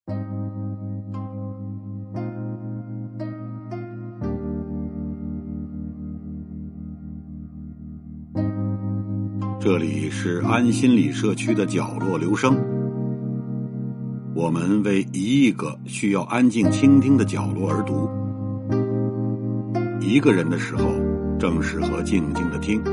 这里是安心理社区的角落留声，我们为一亿个需要安静倾听的角落而读。一个人的时候，正适合静静的听。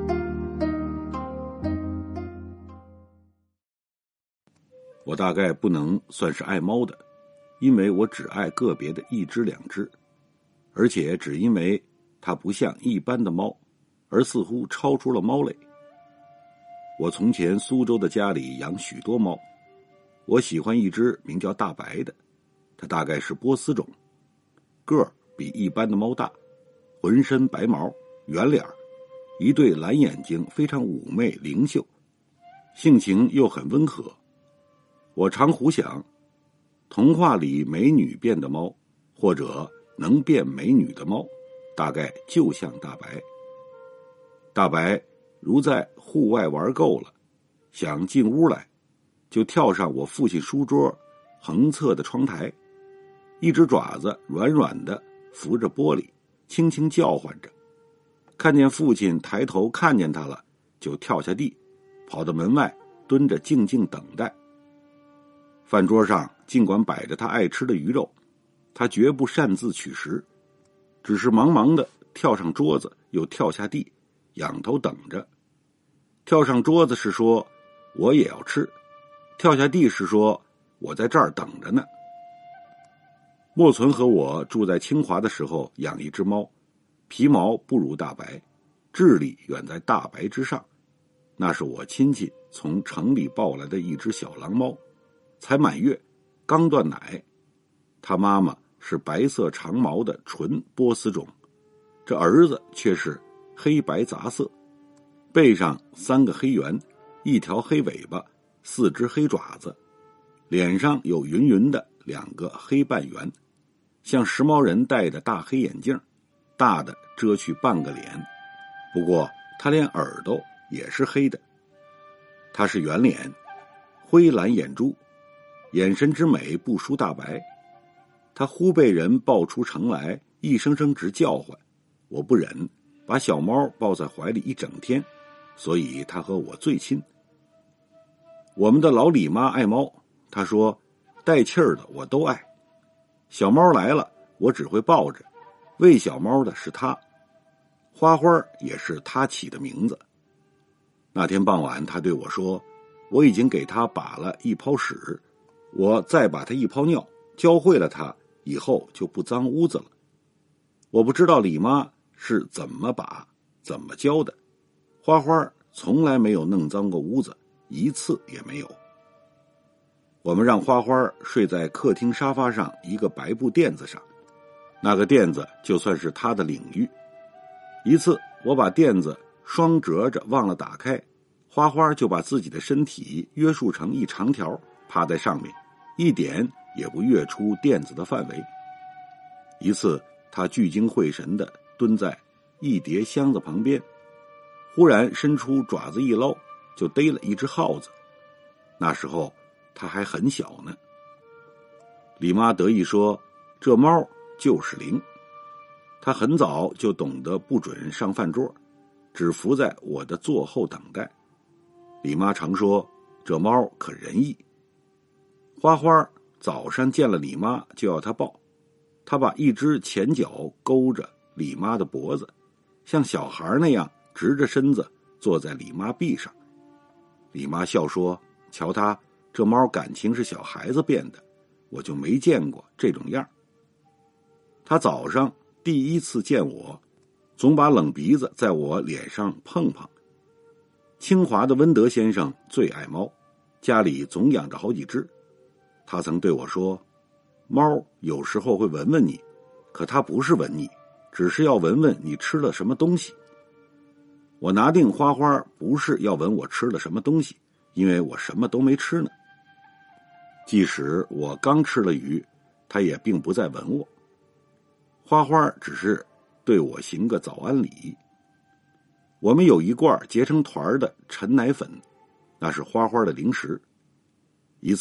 我大概不能算是爱猫的，因为我只爱个别的一只两只，而且只因为它不像一般的猫，而似乎超出了猫类。我从前苏州的家里养许多猫，我喜欢一只名叫大白的，它大概是波斯种，个儿比一般的猫大，浑身白毛，圆脸，一对蓝眼睛，非常妩媚灵秀，性情又很温和。我常胡想，童话里美女变的猫，或者能变美女的猫，大概就像大白。大白如在户外玩够了，想进屋来，就跳上我父亲书桌横侧的窗台，一只爪子软软的扶着玻璃，轻轻叫唤着。看见父亲抬头看见他了，就跳下地，跑到门外蹲着静静等待。饭桌上尽管摆着他爱吃的鱼肉，他绝不擅自取食，只是忙忙的跳上桌子，又跳下地，仰头等着。跳上桌子是说我也要吃，跳下地是说我在这儿等着呢。莫存和我住在清华的时候养一只猫，皮毛不如大白，智力远在大白之上。那是我亲戚从城里抱来的一只小狼猫，才满月，刚断奶。他妈妈是白色长毛的纯波斯种，这儿子却是黑白杂色，背上3个黑圆，一条黑尾巴，4只黑爪子，脸上有匀匀的2个黑半圆，像时髦人戴的大黑眼镜，大的遮去半个脸。不过他连耳朵也是黑的。他是圆脸，灰蓝眼珠，眼神之美不输大白。他忽被人抱出城来，一声声直叫唤，我不忍，把小猫抱在怀里一整天，所以他和我最亲。我们的老李妈爱猫，她说带气儿的我都爱。小猫来了，我只会抱着，喂小猫的是她。花花也是她起的名字。那天傍晚，她对我说，我已经给她把了一泡屎，我再把她一泡尿，教会了她，以后就不脏屋子了。我不知道李妈是怎么把怎么教的，花花从来没有弄脏过屋子，一次也没有。我们让花花睡在客厅沙发上一个白布垫子上，那个垫子就算是她的领域。一次我把垫子双折着忘了打开，花花就把自己的身体约束成一长条，趴在上面，一点也不越出垫子的范围。一次他聚精会神地蹲在一叠箱子旁边，忽然伸出爪子一捞，就逮了一只耗子。那时候他还很小呢。李妈得意说，这猫就是灵。他很早就懂得不准上饭桌，只伏在我的座后等待。李妈常说，这猫可仁义。花花早上见了李妈就要她抱，她把一只前脚勾着李妈的脖子，像小孩那样直着身子坐在李妈臂上。李妈笑说，瞧她这猫感情是小孩子变的，我就没见过这种样。她早上第一次见我，总把冷鼻子在我脸上碰碰。清华的温德先生最爱猫，家里总养着好几只。他曾对我说，猫有时候会闻闻你，可它不是闻你，只是要闻闻你吃了什么东西。我拿定花花不是要闻我吃了什么东西，因为我什么都没吃呢。即使我刚吃了鱼，它也并不再闻我。花花只是对我行个早安礼。我们有一罐结成团的陈奶粉，那是花花的零食。一次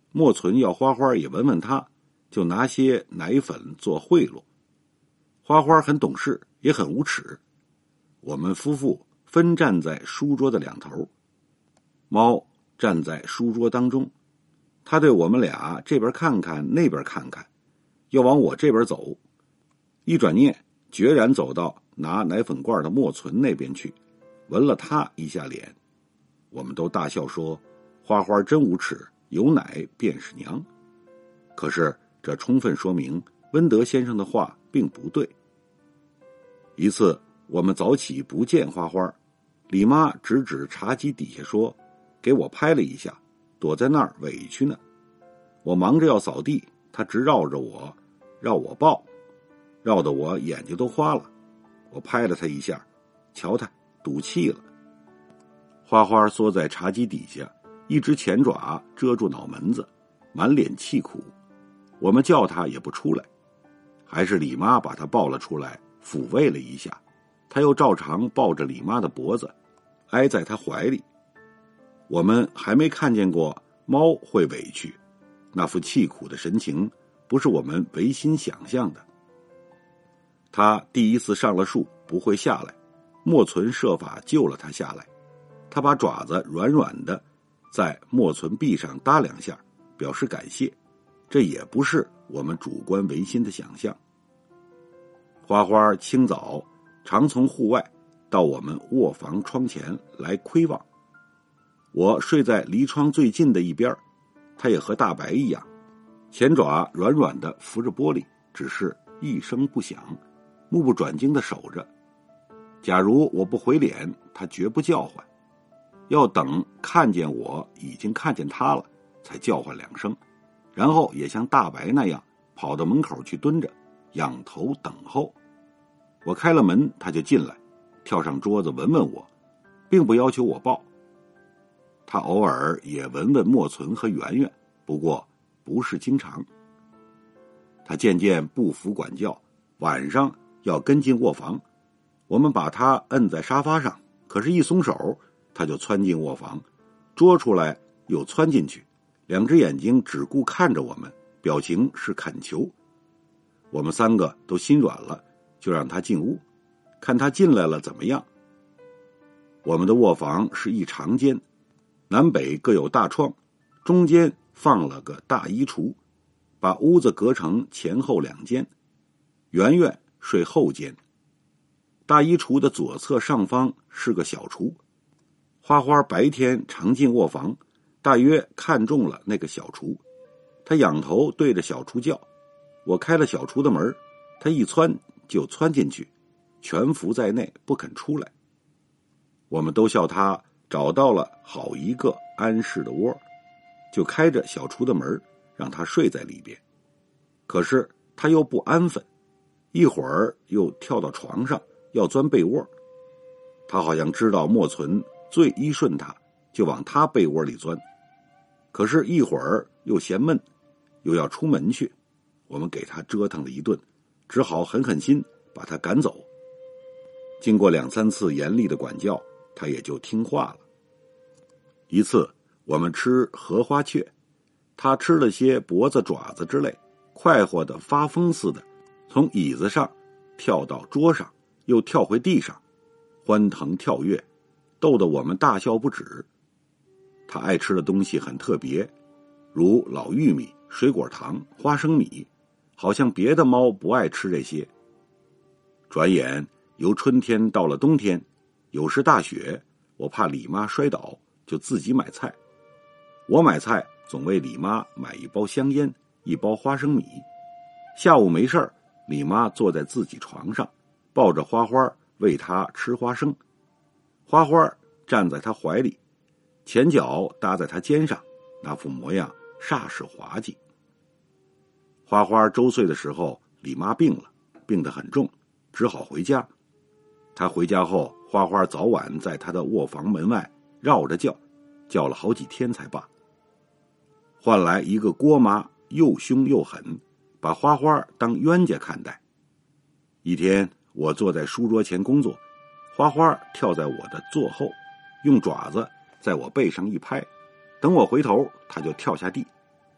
莫存要花花也闻闻他，就拿些奶粉做贿赂。花花很懂事，也很无耻。我们夫妇分站在书桌的两头，猫站在书桌当中。他对我们俩这边看看那边看看，要往我这边走。一转念，决然走到拿奶粉罐的莫存那边去，闻了他一下脸。我们都大笑说，花花真无耻，有奶便是娘。可是这充分说明温德先生的话并不对。一次我们早起不见花花，李妈指指茶几底下说，给我拍了一下，躲在那儿委屈呢。我忙着要扫地，她直绕着我，绕我抱，绕得我眼睛都花了。我拍了她一下，瞧她赌气了。花花缩在茶几底下，一只前爪遮住脑门子，满脸气苦。我们叫她也不出来，还是李妈把她抱了出来，抚慰了一下。她又照常抱着李妈的脖子，挨在她怀里。我们还没看见过猫会委屈，那副气苦的神情不是我们违心想象的。他第一次上了树不会下来，莫存设法救了他下来。他把爪子软软的在莫存臂上搭两下，表示感谢。这也不是我们主观违心的想象。花花清早常从户外到我们卧房窗前来窥望。我睡在离窗最近的一边，他也和大白一样，前爪软软的扶着玻璃，只是一声不响，目不转睛地守着。假如我不回脸，他绝不叫唤，要等看见我已经看见他了，才叫唤两声，然后也像大白那样跑到门口去蹲着，仰头等候。我开了门，他就进来，跳上桌子闻闻我，并不要求我抱。他偶尔也闻闻莫存和圆圆，不过不是经常。他渐渐不服管教，晚上要跟进卧房。我们把他摁在沙发上，可是一松手，他就窜进卧房，捉出来又窜进去，两只眼睛只顾看着我们，表情是恳求。我们三个都心软了，就让他进屋，看他进来了怎么样。我们的卧房是一长间，南北各有大窗，中间放了个大衣橱，把屋子隔成前后两间。圆圆睡后间。大衣橱的左侧上方是个小厨。花花白天常进卧房，大约看中了那个小厨，他仰头对着小厨叫。我开了小厨的门，他一窜就窜进去，蜷伏在内不肯出来。我们都笑他找到了好一个安适的窝，就开着小厨的门，让他睡在里边。可是他又不安分，一会儿又跳到床上要钻被窝。他好像知道莫存最依顺他，就往他被窝里钻。可是一会儿又嫌闷，又要出门去。我们给他折腾了一顿，只好狠狠心把他赶走。经过2、3次严厉的管教，他也就听话了。一次我们吃荷花雀，他吃了些脖子爪子之类，快活的发疯似的，从椅子上跳到桌上，又跳回地上，欢腾跳跃，逗得我们大笑不止。他爱吃的东西很特别，如老玉米、水果糖、花生米，好像别的猫不爱吃这些。转眼由春天到了冬天，有时大雪，我怕李妈摔倒，就自己买菜。我买菜总为李妈买一包香烟，一包花生米。下午没事儿，李妈坐在自己床上，抱着花花喂她吃花生。花花站在她怀里，前脚搭在她肩上，那副模样煞是滑稽。花花周岁的时候，李妈病了，病得很重，只好回家。她回家后，花花早晚在她的卧房门外绕着叫，叫了好几天才罢。换来一个郭妈又凶又狠，把花花当冤家看待。一天我坐在书桌前工作，花花跳在我的座后，用爪子在我背上一拍，等我回头，他就跳下地。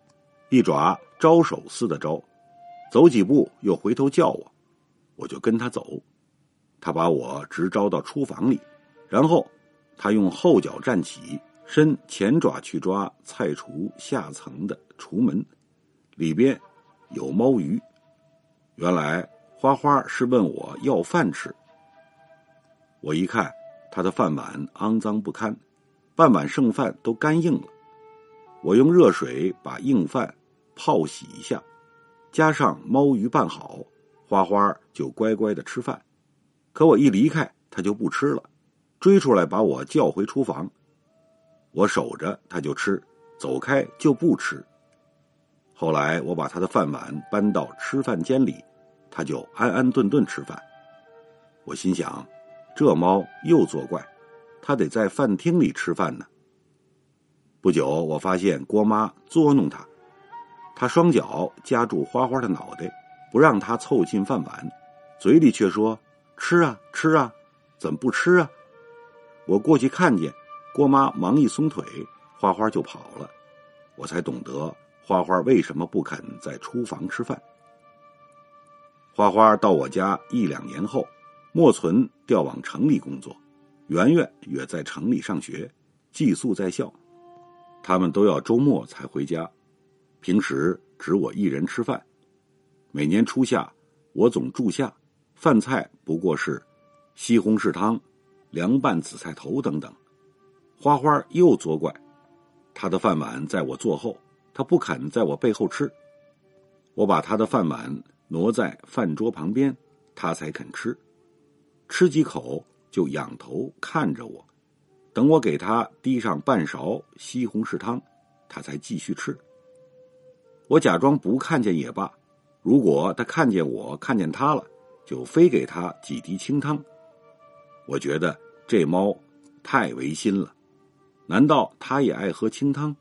一爪招手似的招，走几步又回头叫我，我就跟他走。他把我直招到厨房里，然后他用后脚站起，伸前爪去抓菜橱下层的橱门，里边有猫鱼。原来花花是问我要饭吃。我一看他的饭碗肮脏不堪，半碗剩饭都干硬了。我用热水把硬饭泡洗一下，加上猫鱼拌好，花花就乖乖的吃饭。可我一离开他就不吃了，追出来把我叫回厨房。我守着他就吃，走开就不吃。后来我把他的饭碗搬到吃饭间里，他就安安顿顿吃饭。我心想，这猫又作怪，它得在饭厅里吃饭呢。不久我发现郭妈捉弄它，她双脚夹住花花的脑袋，不让它凑近饭碗，嘴里却说吃啊吃啊，怎么不吃啊？我过去看见郭妈忙一松腿，花花就跑了，我才懂得花花为什么不肯在厨房吃饭。花花到我家1、2年后，莫存调往城里工作，圆圆也在城里上学，寄宿在校。他们都要周末才回家，平时只我一人吃饭。每年初夏，我总住下，饭菜不过是西红柿汤、凉拌紫菜头等等。花花又作怪，他的饭碗在我坐后，他不肯在我背后吃。我把他的饭碗挪在饭桌旁边，他才肯吃。吃几口就仰头看着我，等我给他滴上半勺西红柿汤，他才继续吃。我假装不看见也罢，如果他看见我看见他了，就非给他几滴清汤。我觉得这猫太违心了，难道他也爱喝清汤？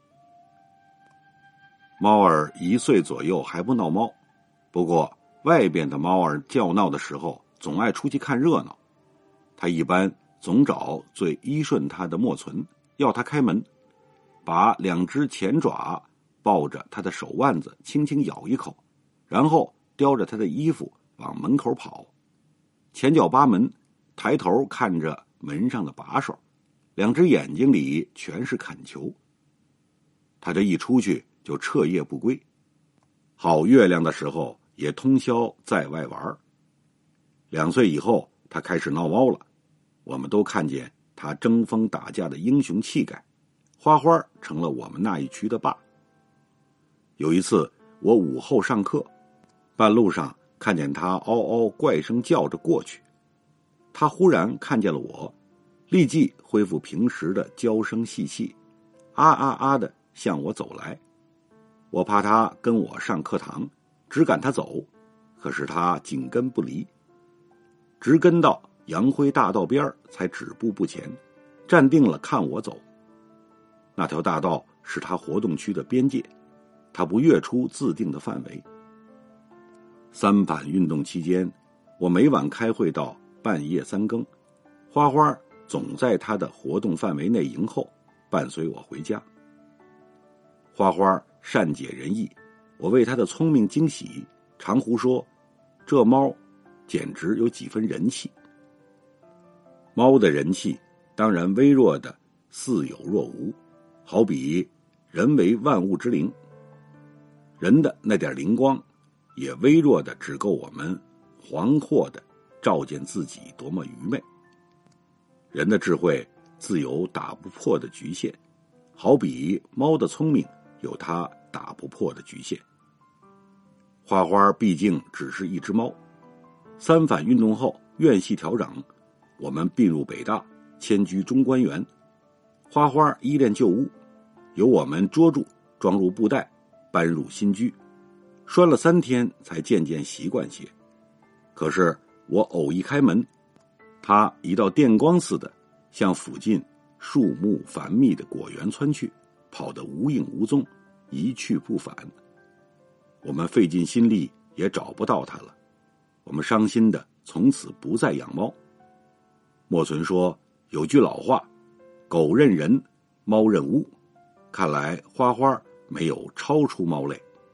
猫儿1岁左右还不闹猫，不过外边的猫儿叫闹的时候总爱出去看热闹。他一般总找最依顺他的莫存，要他开门，把2只前爪抱着他的手腕子轻轻咬一口，然后叼着他的衣服往门口跑。前脚扒门，抬头看着门上的把手，2只眼睛里全是恳求。他这一出去就彻夜不归，好月亮的时候也通宵在外玩。2岁以后他开始闹猫了，我们都看见他争锋打架的英雄气概，花花成了我们那一区的霸。有一次我午后上课，半路上看见他嗷嗷怪声叫着过去，他忽然看见了我，立即恢复平时的娇声细气，啊啊啊的向我走来。我怕他跟我上课堂，只赶他走，可是他紧跟不离，直跟到杨辉大道边才止步不前，站定了看我走。那条大道是他活动区的边界，他不越出自定的范围。3反运动期间，我每晚开会到半夜3更，花花总在他的活动范围内迎候，伴随我回家。花花善解人意，我为他的聪明惊喜，常胡说这猫简直有几分人气。猫的人气当然微弱的似有若无，好比人为万物之灵，人的那点灵光也微弱的只够我们惶惑的照见自己多么愚昧。人的智慧自有打不破的局限，好比猫的聪明有它打不破的局限。花花毕竟只是一只猫。3反运动后，院系调整，我们并入北大，迁居中关园。花花依恋旧屋，由我们捉住，装入布袋，搬入新居。拴了3天才渐渐习惯些。可是我偶一开门，它一道电光似的向附近树木繁密的果园窜去，跑得无影无踪，一去不返。我们费尽心力也找不到它了，我们伤心的从此不再养猫。莫存说有句老话，狗认人，猫认屋，看来花花没有超出猫类。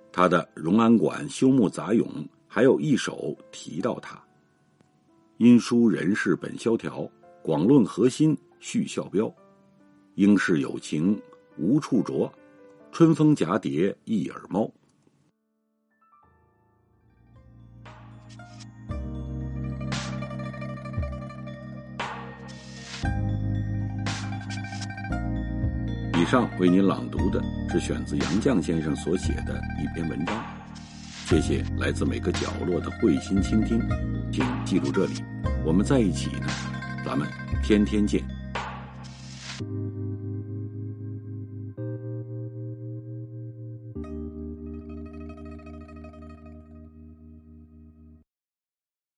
他的《荣安馆休沐杂咏》还有一首提到他：因书人事本萧条，广论核心续笑标。应是有情无处着，春风蛱蝶一耳猫。以上为您朗读的是选自杨绛先生所写的一篇文章，谢谢来自每个角落的慧心倾听，请记住这里，我们在一起呢，咱们天天见。